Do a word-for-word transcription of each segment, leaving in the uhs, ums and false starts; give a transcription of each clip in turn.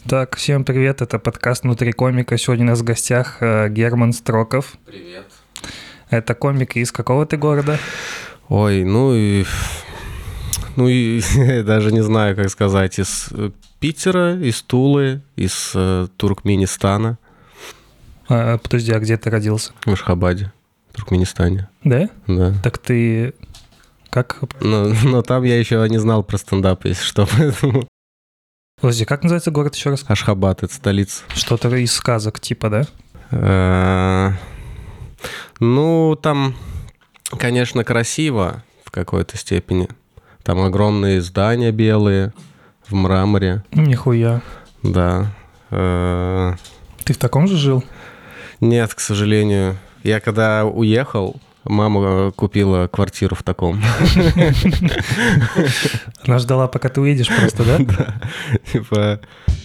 Так, всем привет, это подкаст «Внутри комика». Сегодня у нас в гостях э, Герман Строков. Привет. Это комик из какого ты города? Ой, ну и... Ну и даже не знаю, как сказать, из Питера, из Тулы, из э, Туркменистана. А, подожди, а где ты родился? В Ашхабаде, в Туркменистане. Да? Да. Так ты... Как? Но, но там я еще не знал про стендап, если что, поэтому... Подожди, как называется город еще раз? Ашхабад, это столица. Что-то из сказок типа, да? Э, Ну, там, конечно, красиво в какой-то степени. Там огромные здания белые в мраморе. Нихуя. Да. Э, Ты в таком же жил? Нет, к сожалению. Я когда уехал, мама купила квартиру в таком. Она ждала, пока ты уедешь просто, да? Да. Типа...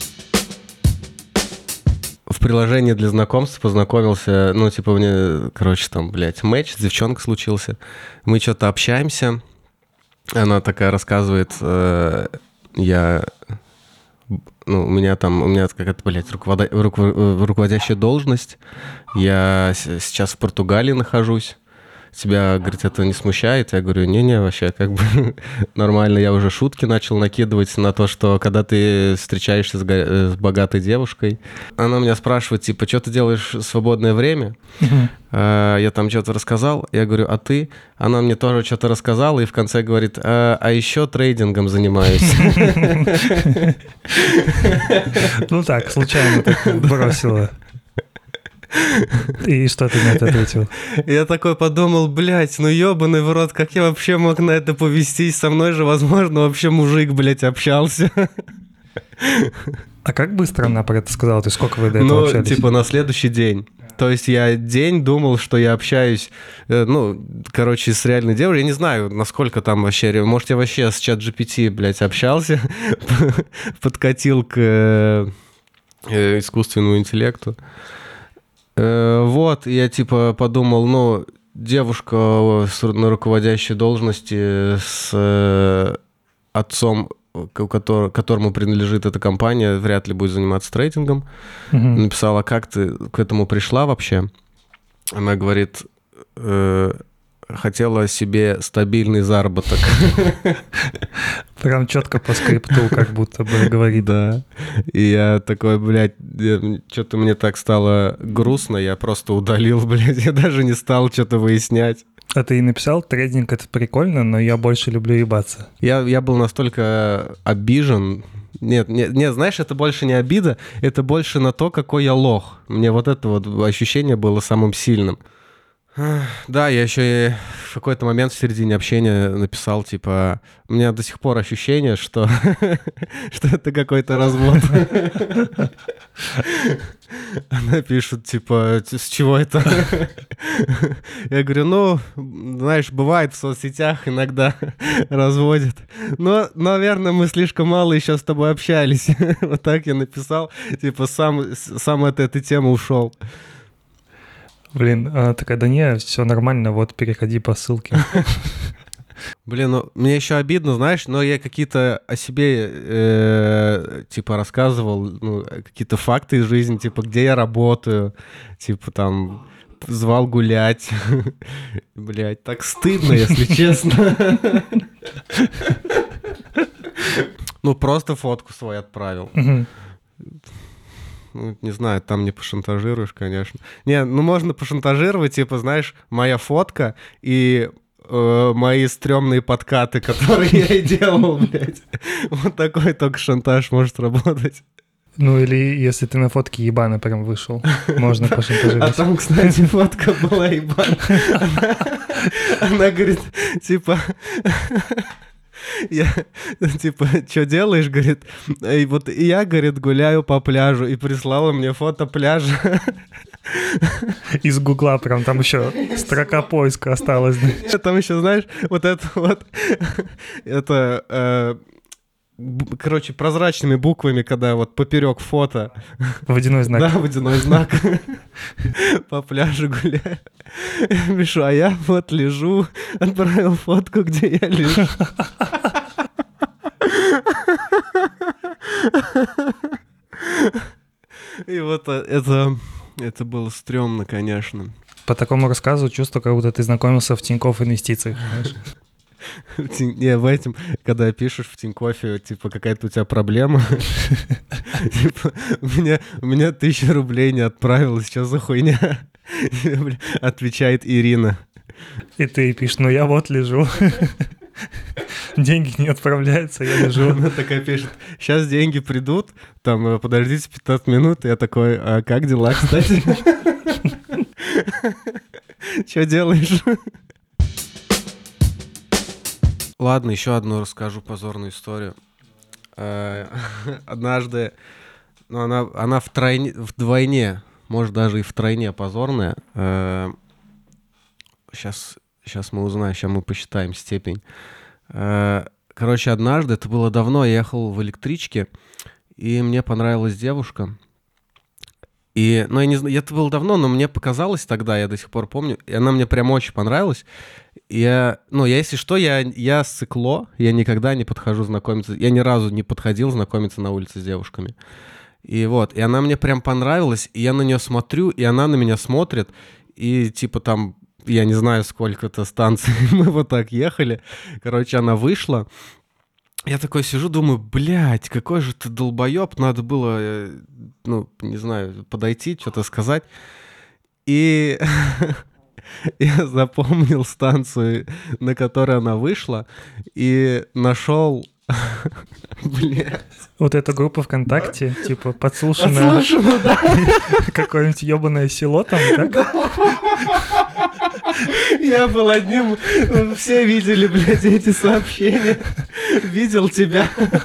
В приложении для знакомств познакомился, ну, типа, мне, короче, там, блядь, матч, девчонка случился. Мы что-то общаемся. Она такая рассказывает, э, я... Ну, у меня там, у меня какая-то, блядь, руковода... руководящая должность. Я с- сейчас в Португалии нахожусь. Тебя, говорит, это не смущает? Я говорю, не-не, вообще, как бы нормально. Я уже шутки начал накидывать на то, что когда ты встречаешься с, го- с богатой девушкой, она меня спрашивает, типа, что ты делаешь в свободное время? А, я там что-то рассказал. Я говорю, а ты? Она мне тоже что-то рассказала и в конце говорит, а, а еще трейдингом занимаюсь. Ну так, случайно так бросила. И что ты на это ответил? Я такой подумал, блядь, ну ебаный в рот, как я вообще мог на это повестись? Со мной же, возможно, вообще мужик, блядь, общался. А как быстро она про это сказала? Ты сколько вы до этого Ну, общались? типа на следующий день. То есть я день думал, что я общаюсь, э, ну, короче, с реальной девушкой. Я не знаю, насколько там вообще... ре- Может, я вообще с чат джи пи ти, блядь, общался, подкатил к э, э, искусственному интеллекту. Э, Вот, я типа подумал, ну, девушка с- на руководящей должности с э, отцом, к- котор- которому принадлежит эта компания, вряд ли будет заниматься трейдингом. Мгм. Написала, как ты к этому пришла вообще? Она говорит, э, хотела себе стабильный заработок. Прям четко по скрипту как будто бы говорит. Да. И я такой, блядь, что-то мне так стало грустно, я просто удалил, блядь, я даже не стал что-то выяснять. А ты и написал, трейдинг это прикольно, но я больше люблю ебаться. Я, я был настолько обижен. Нет, нет, нет, знаешь, это больше не обида, это больше на то, какой я лох. Мне вот это вот ощущение было самым сильным. Ах, Да, я еще и в какой-то момент в середине общения написал, типа, у меня до сих пор ощущение, что, что это какой-то развод. Она пишет, типа, с чего это? Я говорю, ну, знаешь, бывает в соцсетях иногда разводят. Но, наверное, мы слишком мало еще с тобой общались. Вот так я написал, типа, сам, сам от этой темы ушел. Блин, она такая, да не, все нормально, вот переходи по ссылке. Блин, ну мне еще обидно, знаешь, но я какие-то о себе э, типа рассказывал, ну, какие-то факты из жизни, типа где я работаю, типа там звал гулять. Блять, так стыдно, если честно. Ну, просто фотку свою отправил. Мгм. Ну, не знаю, там не пошантажируешь, конечно. Не, ну можно пошантажировать, типа, знаешь, моя фотка и э, мои стрёмные подкаты, которые я и делал, блядь. Вот такой только шантаж может работать. Ну или если ты на фотке ебано прям вышел, можно А пошантажировать. там, кстати, фотка была ебаная. Она, она говорит, типа... Я, типа, что делаешь, говорит, и вот я, говорит, гуляю по пляжу, и прислала мне фото пляжа. Из гугла прям там еще строка поиска осталась. да. Там еще, знаешь, вот это вот, это, э, б- короче, прозрачными буквами, когда вот поперек фото, Водяной знак. да, водяной знак, по пляжу гуляю. Я пишу, а я вот лежу, отправил фотку, где я лежу. И вот это, это было стрёмно, конечно. По такому рассказу чувство, как будто ты знакомился в Тинькофф Инвестициях, знаешь. Не, в этом, когда пишешь в Тинькоффе, типа, какая-то у тебя проблема, типа, у меня, у меня тысяча рублей не отправилась, что за хуйня? Отвечает Ирина. И ты пишешь, ну я вот лежу. Деньги не отправляются, я лежу. Она такая пишет, сейчас деньги придут, там, подождите пятнадцать минут. Я такой, а как дела, кстати? Что делаешь? Ладно, еще одну расскажу позорную историю. Однажды, ну, она, она втройне, вдвойне, может, даже и втройне позорная. Сейчас, сейчас мы узнаем, сейчас мы посчитаем степень. Короче, однажды, это было давно, я ехал в электричке, и мне понравилась девушка. И, ну, я не знаю, это было давно, но мне показалось тогда, я до сих пор помню, и она мне прям очень понравилась. Я, ну, я, если что, я, я сыкло, я никогда не подхожу знакомиться, я ни разу не подходил знакомиться на улице с девушками. И вот, и она мне прям понравилась, и я на нее смотрю, и она на меня смотрит, и типа там, я не знаю, сколько-то станций мы вот так ехали. Короче, она вышла. Я такой сижу, думаю, блядь, какой же ты долбоеб, надо было, ну, не знаю, подойти, что-то сказать. И я запомнил станцию, на которой она вышла, и нашел... Блядь. Вот эта группа ВКонтакте, типа, подслушанная... Подслушано, да. Какое-нибудь ебаное село там, так? Я был одним... Все видели, блядь, эти сообщения. Видел тебя.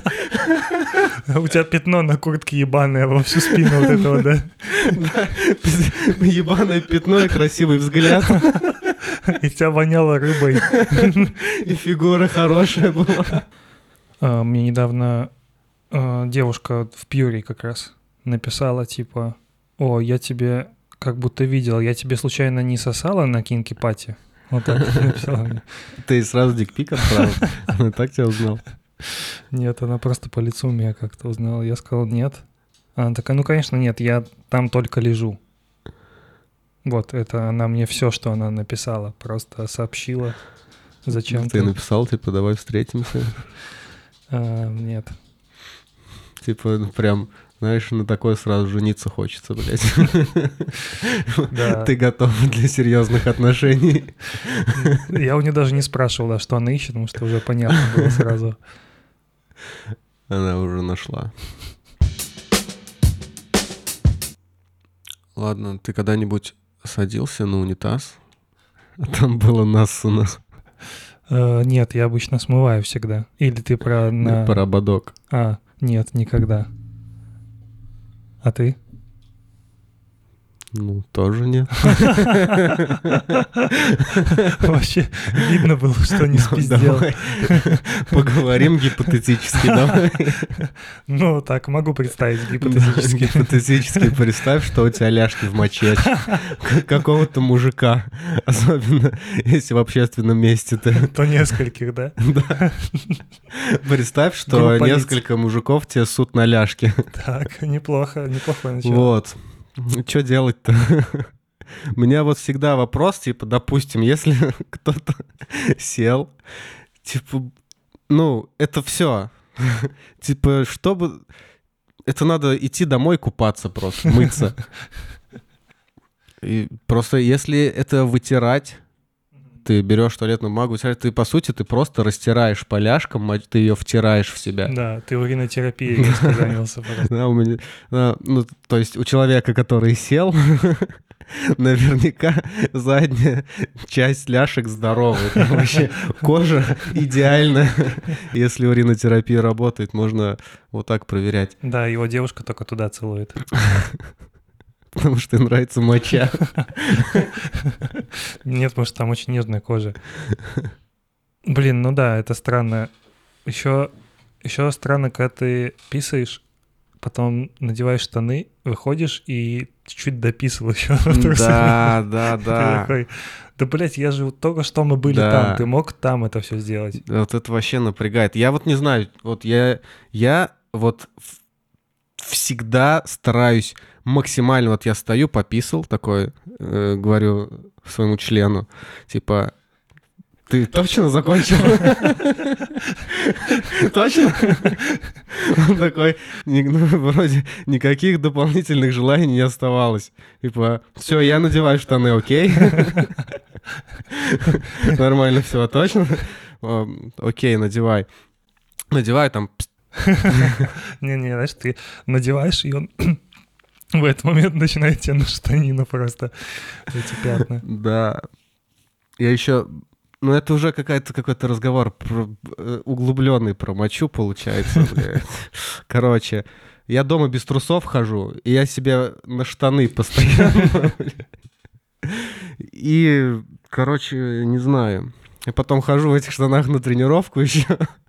У тебя пятно на куртке ебаное во всю спину вот этого, да? Да, ебаное пятно и красивый взгляд. И тебя воняло рыбой. И фигура хорошая была. Мне недавно девушка в Пьюри как раз написала, типа, о, я тебе как будто видел, я тебе случайно не сосала на кинки-пати? Вот так написала мне. Ты сразу дикпик отправил? Она так тебя узнал? Нет, она просто по лицу меня как-то узнала. Я сказал, нет. Она такая, ну, конечно, нет, я там только лежу. Вот, это она мне все, что она написала, просто сообщила. Зачем ты? Ты написал, типа, давай встретимся? А, нет. Типа, ну, прям, знаешь, на такое сразу жениться хочется, блядь. Да. Ты готов для серьезных отношений? Я у нее даже не спрашивал, а что она ищет, потому что уже понятно было сразу. Она уже нашла. Ладно, ты когда-нибудь садился на унитаз? Там было нассано. Uh, нет, я обычно смываю всегда. Или ты про... На... Про ободок. А, нет, никогда. А ты? Ну, тоже нет. Вообще видно было, что не спиздел. Поговорим гипотетически, давай. Ну, так, могу представить гипотетически. Гипотетически представь, что у тебя ляжки в моче какого-то мужика. Особенно, если в общественном месте ты... То нескольких, да? Да. Представь, что несколько мужиков тебе ссут на ляжки. Так, неплохо, неплохое начало. Вот. Что делать-то? У меня вот всегда вопрос, типа, допустим, если кто-то сел, типа, ну, это все. Типа, чтобы... Это надо идти домой купаться просто, мыться. И просто если это вытирать, ты берешь туалетную бумагу, ты, по сути, ты просто растираешь поляшком, ты ее втираешь в себя. Да, ты уринотерапией занялся. Да, у меня, ну, то есть у человека, который сел, наверняка задняя часть ляшек здоровая. Вообще кожа идеальная. Если уринотерапия работает, можно вот так проверять. Да, его девушка только туда целует. Потому что им нравится моча. Нет, потому что там очень нежная кожа. Блин, ну да, это странно. Еще, еще странно, когда ты писаешь, потом надеваешь штаны, выходишь и чуть-чуть дописывал еще. Да, да, да. Такой, да, блядь, я же только что мы были да. там, ты мог там это все сделать. Вот это вообще напрягает. Я вот не знаю, вот я, я вот... всегда стараюсь максимально... Вот я стою, пописал такой, э, говорю своему члену, типа... Ты точно закончил? Точно? Он такой, ну, вроде никаких дополнительных желаний не оставалось. Типа, все, я надеваю штаны, окей? Нормально все, точно? Окей, надевай. Надевай там... Не-не, знаешь, ты надеваешь, и он в этот момент начинает тебе на штанину просто эти пятна. Да. Я еще... Ну, это уже какая-то, какой-то разговор про, э, углубленный про мочу, получается. Блядь. Короче, я дома без трусов хожу, и я себе на штаны постоянно. И, короче, не знаю. Я потом хожу в этих штанах на тренировку еще.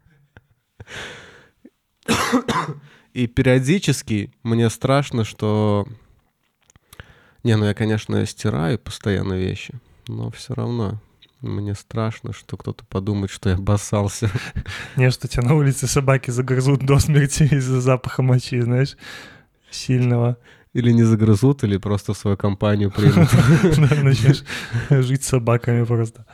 И периодически мне страшно, что... Не, ну я, конечно, стираю постоянно вещи, но все равно... Мне страшно, что кто-то подумает, что я обоссался. Не, что тебя на улице собаки загрызут до смерти из-за запаха мочи, знаешь, сильного. Или не загрызут, или просто в свою компанию примут. Начнешь жить с собаками просто.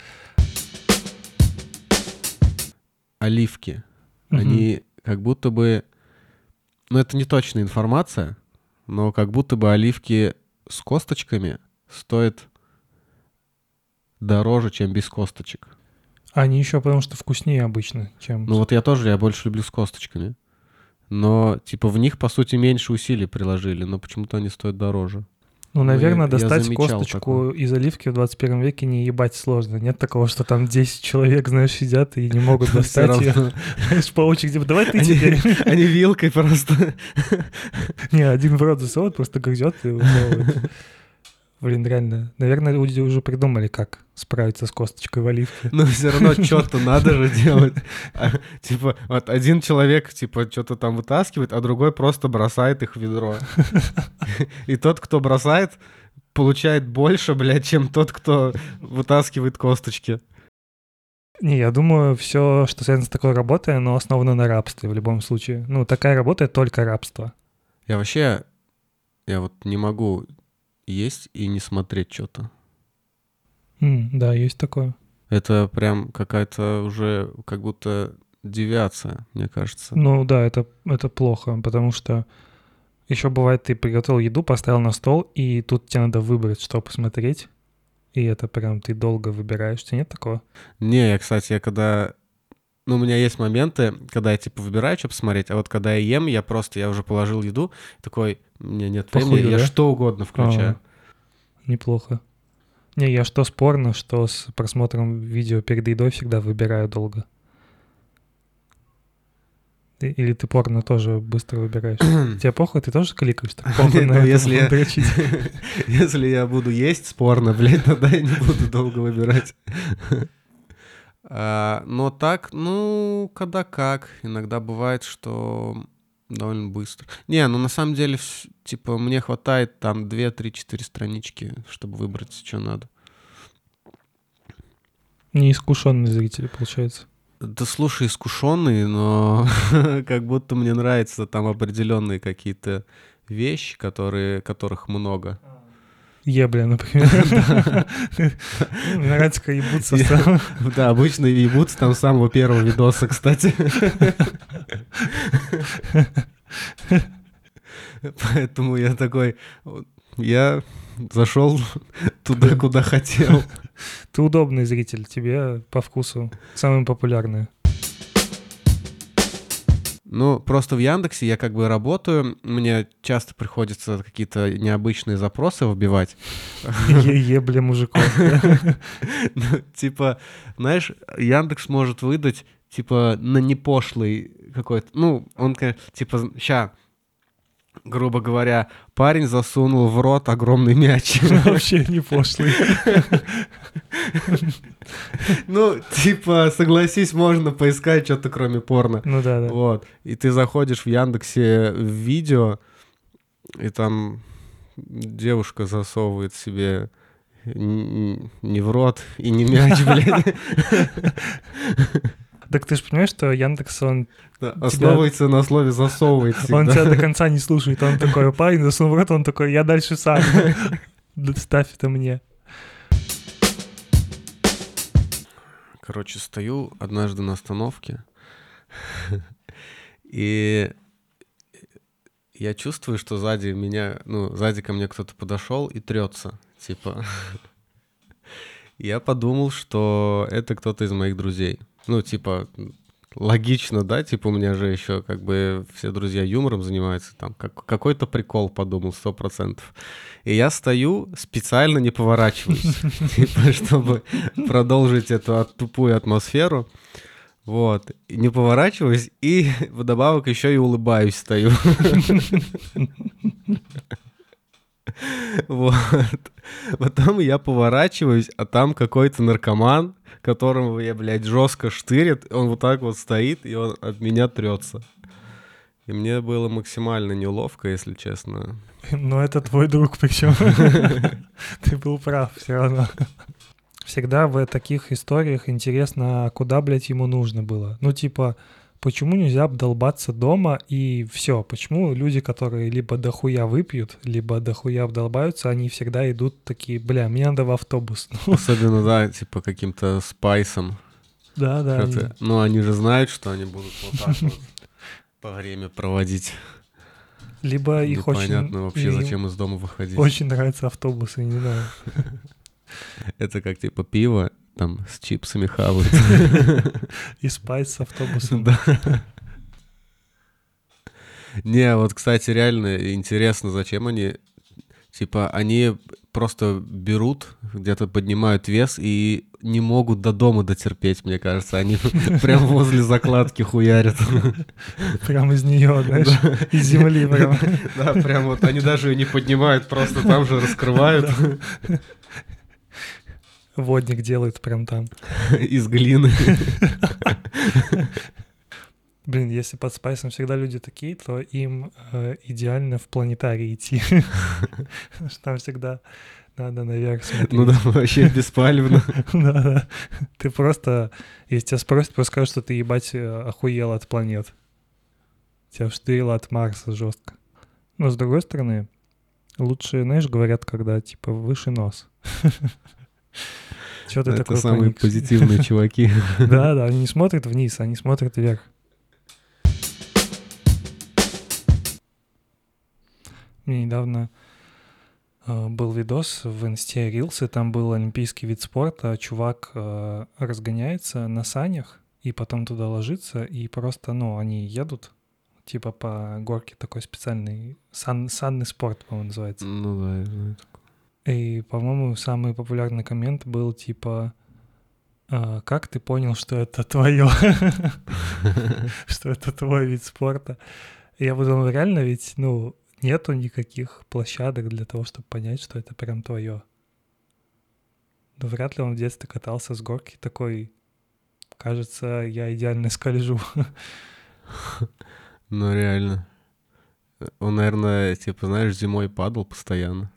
Оливки. Они как будто бы... Ну, это не точная информация, но как будто бы оливки с косточками стоят... дороже, чем без косточек. Они еще потому что вкуснее обычно, чем... Ну вот я тоже, я больше люблю с косточками. Но, типа, в них, по сути, меньше усилий приложили, но почему-то они стоят дороже. Ну, наверное, я, достать я косточку такое. из оливки в двадцать первом веке не ебать сложно. Нет такого, что там десять человек, знаешь, сидят и не могут достать ее. Знаешь, по очереди. Давай ты теперь. Они вилкой просто. Не, один в рот засовывает, просто грызет и высовывает. Блин, реально. Наверное, люди уже придумали, как справиться с косточкой в оливке. Но все равно что-то надо же делать. А, типа, вот один человек, типа, что-то там вытаскивает, а другой просто бросает их в ведро. И тот, кто бросает, получает больше, блядь, чем тот, кто вытаскивает косточки. Не, я думаю, все, что связано с такой работой, оно основано на рабстве в любом случае. Ну, такая работа — это только рабство. Я вообще, я вот не могу... есть и не смотреть что-то. Mm, да, есть такое. Это прям какая-то уже как будто девиация, мне кажется. Ну да, это, это плохо, потому что еще бывает, ты приготовил еду, поставил на стол, и тут тебе надо выбрать, что посмотреть, и это прям ты долго выбираешь. У тебя нет такого? Не, я, кстати, я когда... Ну, у меня есть моменты, когда я, типа, выбираю, что посмотреть, а вот когда я ем, я просто, я уже положил еду, такой, у меня нет времени, Похуй, я да? что угодно включаю. А, неплохо. Не, я что с порно, что с просмотром видео перед едой всегда выбираю долго. Ты, или ты порно тоже быстро выбираешь? Тебе похуй, ты тоже кликаешь? Так похуй на это, если, я, дрочить. если я буду есть спорно, блядь, тогда я не буду долго выбирать. А, но так, ну, когда как. Иногда бывает, что довольно быстро. Не, ну на самом деле, типа, мне хватает там две, три, четыре странички, чтобы выбрать, что надо. Неискушенный зритель, получается. Да слушай, искушенный, но как будто мне нравятся там определенные какие-то вещи, которые, которых много. Ебля, например. Мне нравится, как ебутся. Да, обычно ебутся там с самого первого видоса, кстати. Поэтому я такой... Я зашел туда, куда хотел. Ты удобный зритель, тебе по вкусу. Самый популярный. Ну, просто в Яндексе я как бы работаю, мне часто приходится какие-то необычные запросы вбивать. Ебля мужиков. Типа, знаешь, Яндекс может выдать, типа, на непошлый какой-то... Ну, он, типа, ща... Грубо говоря, парень засунул в рот огромный мяч. Вообще не пошлый. Ну, типа, согласись, можно поискать что-то кроме порно. Ну да, да. Вот. И ты заходишь в Яндексе в видео, и там девушка засовывает себе не в рот и не мяч, блядь. Так ты же понимаешь, что Яндекс, он... Да, основывается тебя... на слове «засовывается». Он тебя до конца не слушает. Он такой, парень, засунул в рот, он такой, я дальше сам. Ставь это мне. Короче, стою однажды на остановке, и я чувствую, что сзади меня, ну, сзади ко мне кто-то подошел и трется, типа. Я подумал, что это кто-то из моих друзей. Ну, типа, логично, да? Типа, у меня же еще как бы все друзья юмором занимаются. Там как, какой-то прикол, подумал, сто процентов. И я стою, специально не поворачиваюсь, типа, чтобы продолжить эту тупую атмосферу. Вот. И не поворачиваюсь, и вдобавок еще и улыбаюсь стою. Вот. Потом я поворачиваюсь, а там какой-то наркоман, которого я, блядь, жестко штырит. Он вот так вот стоит, и он от меня трется. И мне было максимально неловко, если честно. Но это твой друг, причем. Ты был прав все равно. Всегда в таких историях интересно, куда, блядь, ему нужно было. Ну, типа, почему нельзя обдолбаться дома и все? Почему люди, которые либо дохуя выпьют, либо дохуя обдолбаются, они всегда идут такие, бля, мне надо в автобус. Особенно, да, типа каким-то спайсом. Да, да. Они... Ну, они же знают, что они будут вот так вот по время проводить. Либо их очень... Непонятно вообще, зачем из дома выходить. Очень нравятся автобусы, не знаю. Это как типа пиво, там с чипсами хавают. И спайс с автобусом. Да. Не, вот, кстати, реально интересно, зачем они... Типа, они просто берут, где-то поднимают вес и не могут до дома дотерпеть, мне кажется. Они прям возле закладки хуярят. Прям из нее, знаешь, да. Из земли прям. Да, прям вот они даже ее не поднимают, просто там же раскрывают. Водник делает прям там. Из глины. Блин, если под спайсом всегда люди такие, то им э, идеально в планетарий идти. Там всегда надо наверх смотреть. Ну да, вообще беспалевно. Да-да. Ты просто, если тебя спросят, просто скажешь, что ты, ебать, охуел от планет. Тебя вштырило от Марса жестко. Но с другой стороны, лучше, знаешь, говорят, когда, типа, выше нос. Чё ты такой? Это самые позитивные чуваки. Да-да, они не смотрят вниз, они смотрят вверх. Мне недавно э, был видос в инсте Reels, и там был олимпийский вид спорта. Чувак э, разгоняется на санях и потом туда ложится, и просто, ну, они едут, типа по горке такой специальный, сан, санный спорт, по-моему, называется. Ну да, я знаю такое. И, по-моему, самый популярный коммент был типа: э, «Как ты понял, что это твое?» Что это твой вид спорта? Я подумал, реально ведь, ну... Нету никаких площадок для того, чтобы понять, что это прям твое. Но вряд ли он в детстве катался с горки такой, кажется, я идеально скольжу. Ну, реально. Он, наверное, типа, знаешь, зимой падал постоянно.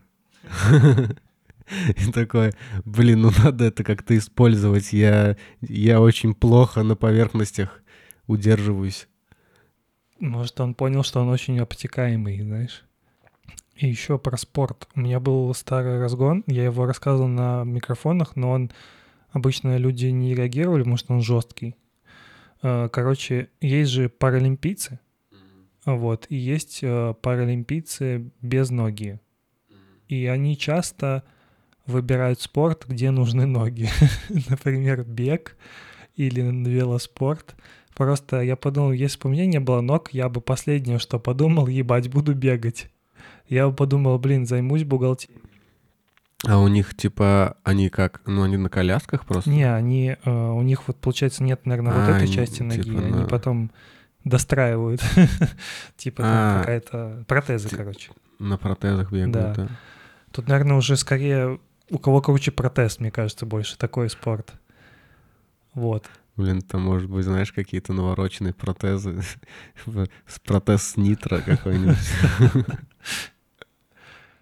И такой, блин, ну надо это как-то использовать. Я, я очень плохо на поверхностях удерживаюсь. Может, он понял, что он очень обтекаемый, знаешь. И еще про спорт. У меня был старый разгон, я его рассказывал на микрофонах, но он обычно люди не реагировали, потому что он жесткий. Короче, есть же паралимпийцы, mm-hmm. вот, и есть паралимпийцы безногие. Mm-hmm. И они часто выбирают спорт, где нужны ноги. Например, бег или велоспорт. Просто я подумал, если бы у меня не было ног, я бы последнее, что подумал, ебать, буду бегать. Я бы подумал, блин, займусь бухгалтерией. А у них, типа, они как? Ну, они на колясках просто? Не, они, э, у них вот, получается, нет, наверное, а, вот этой части ноги. Типа они на... потом достраивают. Типа там какая-то... Протезы, короче. На протезах бегают, да. Тут, наверное, уже скорее у кого круче протез, мне кажется, больше. Такой спорт. Вот. Блин, там, может быть, знаешь, какие-то навороченные протезы. Протез с нитро какой-нибудь.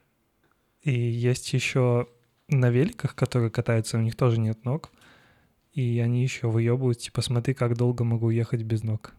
И есть еще на великах, которые катаются, у них тоже нет ног. И они еще выебывают, типа, смотри, как долго могу ехать без ног.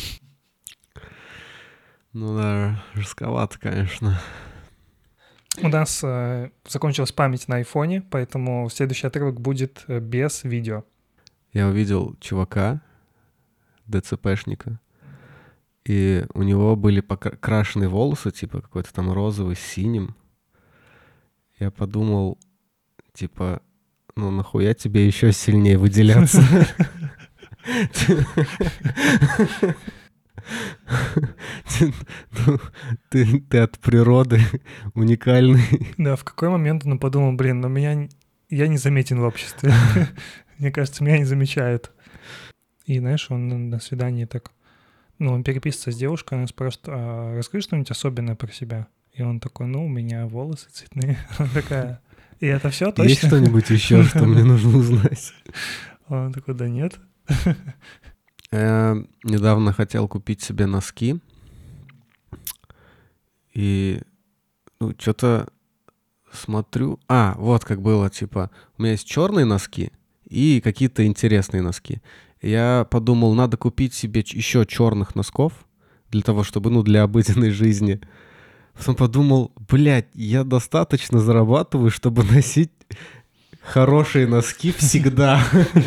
Ну да, жестковато, конечно. У нас э, закончилась память на айфоне, поэтому следующий отрывок будет э, без видео. Я увидел чувака, ДЦПшника, и у него были покрашены волосы, типа какой-то там розовый с синим. Я подумал, типа, ну нахуя тебе еще сильнее выделяться? Ты, ты от природы уникальный. Да, в какой момент он подумал, блин, но меня я не заметен в обществе. Мне кажется, меня не замечают. И, знаешь, он на свидании так... Ну, он переписывается с девушкой, она спрашивает, а расскажи что-нибудь особенное про себя. И он такой, ну, у меня волосы цветные. Она такая, и это все точно? Есть что-нибудь еще, что мне нужно узнать? Он такой, да нет. Я недавно хотел купить себе носки. И, ну, что-то смотрю... А, вот как было, типа, у меня есть черные носки и какие-то интересные носки. Я подумал, надо купить себе еще черных носков для того, чтобы, ну, для обыденной жизни. Потом подумал, блядь, я достаточно зарабатываю, чтобы носить хорошие носки всегда.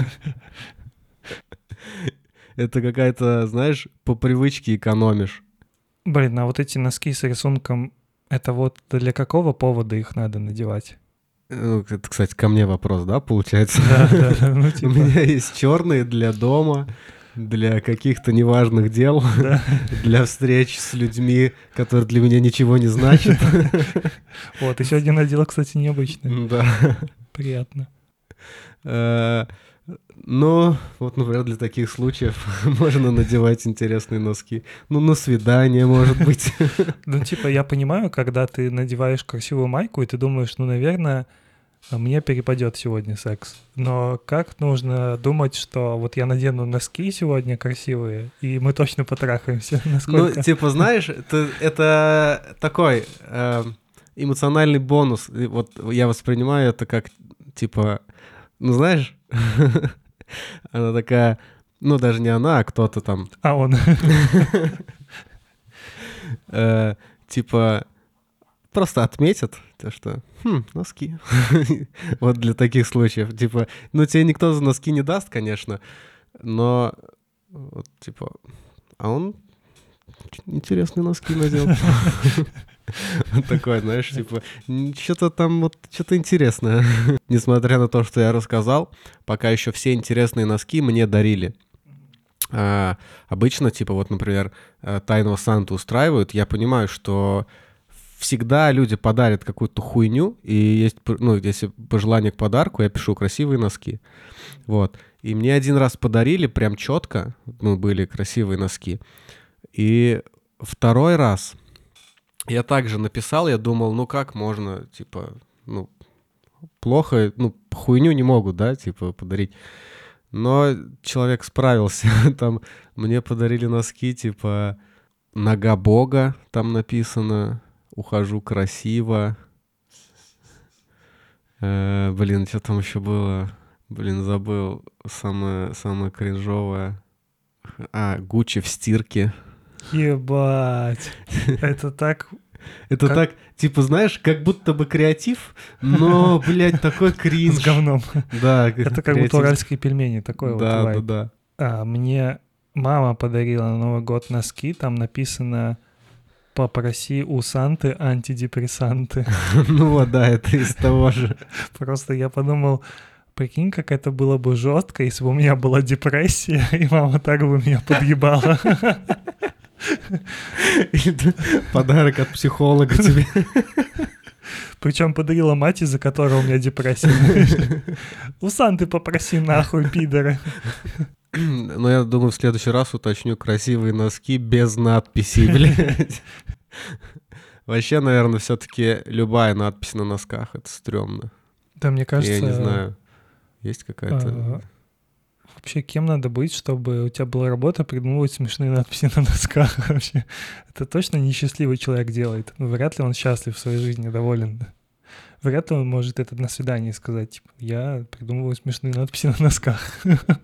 Это какая-то, знаешь, по привычке экономишь. Блин, а вот эти носки с рисунком, это вот для какого повода их надо надевать? Ну, это, кстати, ко мне вопрос, да, получается? Да, да, да. Ну, типа... У меня есть черные для дома, для каких-то неважных дел, да. для встреч с людьми, которые для меня ничего не значат. Вот, и сегодня надела, кстати, необычное. Да. Приятно. Но вот, например, для таких случаев можно надевать интересные носки. Ну, на свидание, может быть. Ну, типа, я понимаю, когда ты надеваешь красивую майку, и ты думаешь, ну, наверное, мне перепадет сегодня секс. Но как нужно думать, что вот я надену носки сегодня красивые, и мы точно потрахаемся? Насколько? Ну, типа, знаешь, это, это такой э, эмоциональный бонус. И вот я воспринимаю это как, типа, ну, знаешь... Она такая, ну, даже не она, а кто-то там. А он. э, типа, просто отметят, то, что, хм, носки. Вот для таких случаев. Типа, ну, тебе никто за носки не даст, конечно, но, вот, типа, а он интересные носки надел. Такой, знаешь, типа, что-то там вот, что-то интересное. Несмотря на то, что я рассказал, пока еще все интересные носки мне дарили. А, обычно, типа, вот, например, Тайного Санту устраивают, я понимаю, что всегда люди подарят какую-то хуйню, и есть, ну, если пожелание к подарку, я пишу красивые носки. Вот. И мне один раз подарили прям четко, ну, были красивые носки. И второй раз я также написал, я думал, ну как можно, типа, ну, плохо, ну, хуйню не могут, да, типа, подарить. Но человек справился, там мне подарили носки, типа, нога Бога, там написано, ухожу красиво. Э, блин, что там еще было? Блин, забыл, самое, самое кринжовое. А, Гуччи в стирке. Ебать, это так... Это как... так, типа, знаешь, как будто бы креатив, но, блядь, такой кринж. С говном. Да. Это как будто уральские пельмени, такой вот вайб. Да, да, да. Мне мама подарила на Новый год носки, там написано «Попроси у Санты антидепрессанты». Ну вот, да, это из того же. Просто я подумал... Прикинь, как это было бы жестко, если бы у меня была депрессия, и мама так бы меня подъебала. Подарок от психолога тебе. Причем подарила мать, из-за которой у меня депрессия. У Санты попроси нахуй, пидоры. Ну, я думаю, в следующий раз уточню красивые носки без надписей, блядь. Вообще, наверное, все-таки любая надпись на носках — это стрёмно. Да, мне кажется... Я не знаю. Есть какая-то... А, вообще, кем надо быть, чтобы у тебя была работа придумывать смешные надписи на носках вообще? Это точно несчастливый человек делает. Ну, вряд ли он счастлив в своей жизни, доволен. Вряд ли он может это на свидании сказать. Типа, я придумываю смешные надписи на носках.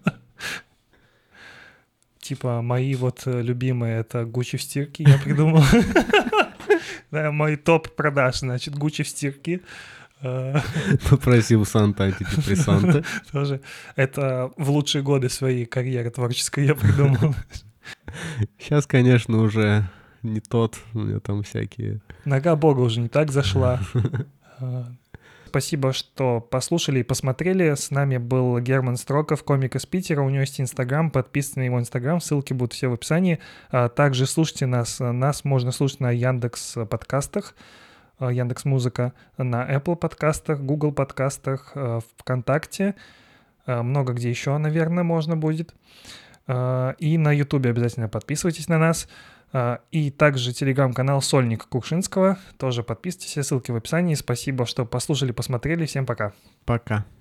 Типа, мои вот любимые — это Gucci в стирке, я придумал. Да, мой топ продаж, значит, Gucci в стирке. Попросил Санта антидепрессанты. Тоже. Это в лучшие годы своей карьеры творческой я придумал. Сейчас, конечно, уже не тот. У меня там всякие... Нога бога уже не так зашла. Спасибо, что послушали и посмотрели. С нами был Герман Строков, комик из Питера. У него есть Инстаграм. Подписывайтесь на его Инстаграм. Ссылки будут все в описании. Также слушайте нас. Нас можно слушать на Яндекс подкастах, Яндекс Музыка, на Apple подкастах, Google подкастах, ВКонтакте. Много где еще, наверное, можно будет. И на Ютубе обязательно подписывайтесь на нас. И также телеграм-канал Сольник Кувшинского. Тоже подписывайтесь, все ссылки в описании. Спасибо, что послушали, посмотрели. Всем пока. Пока.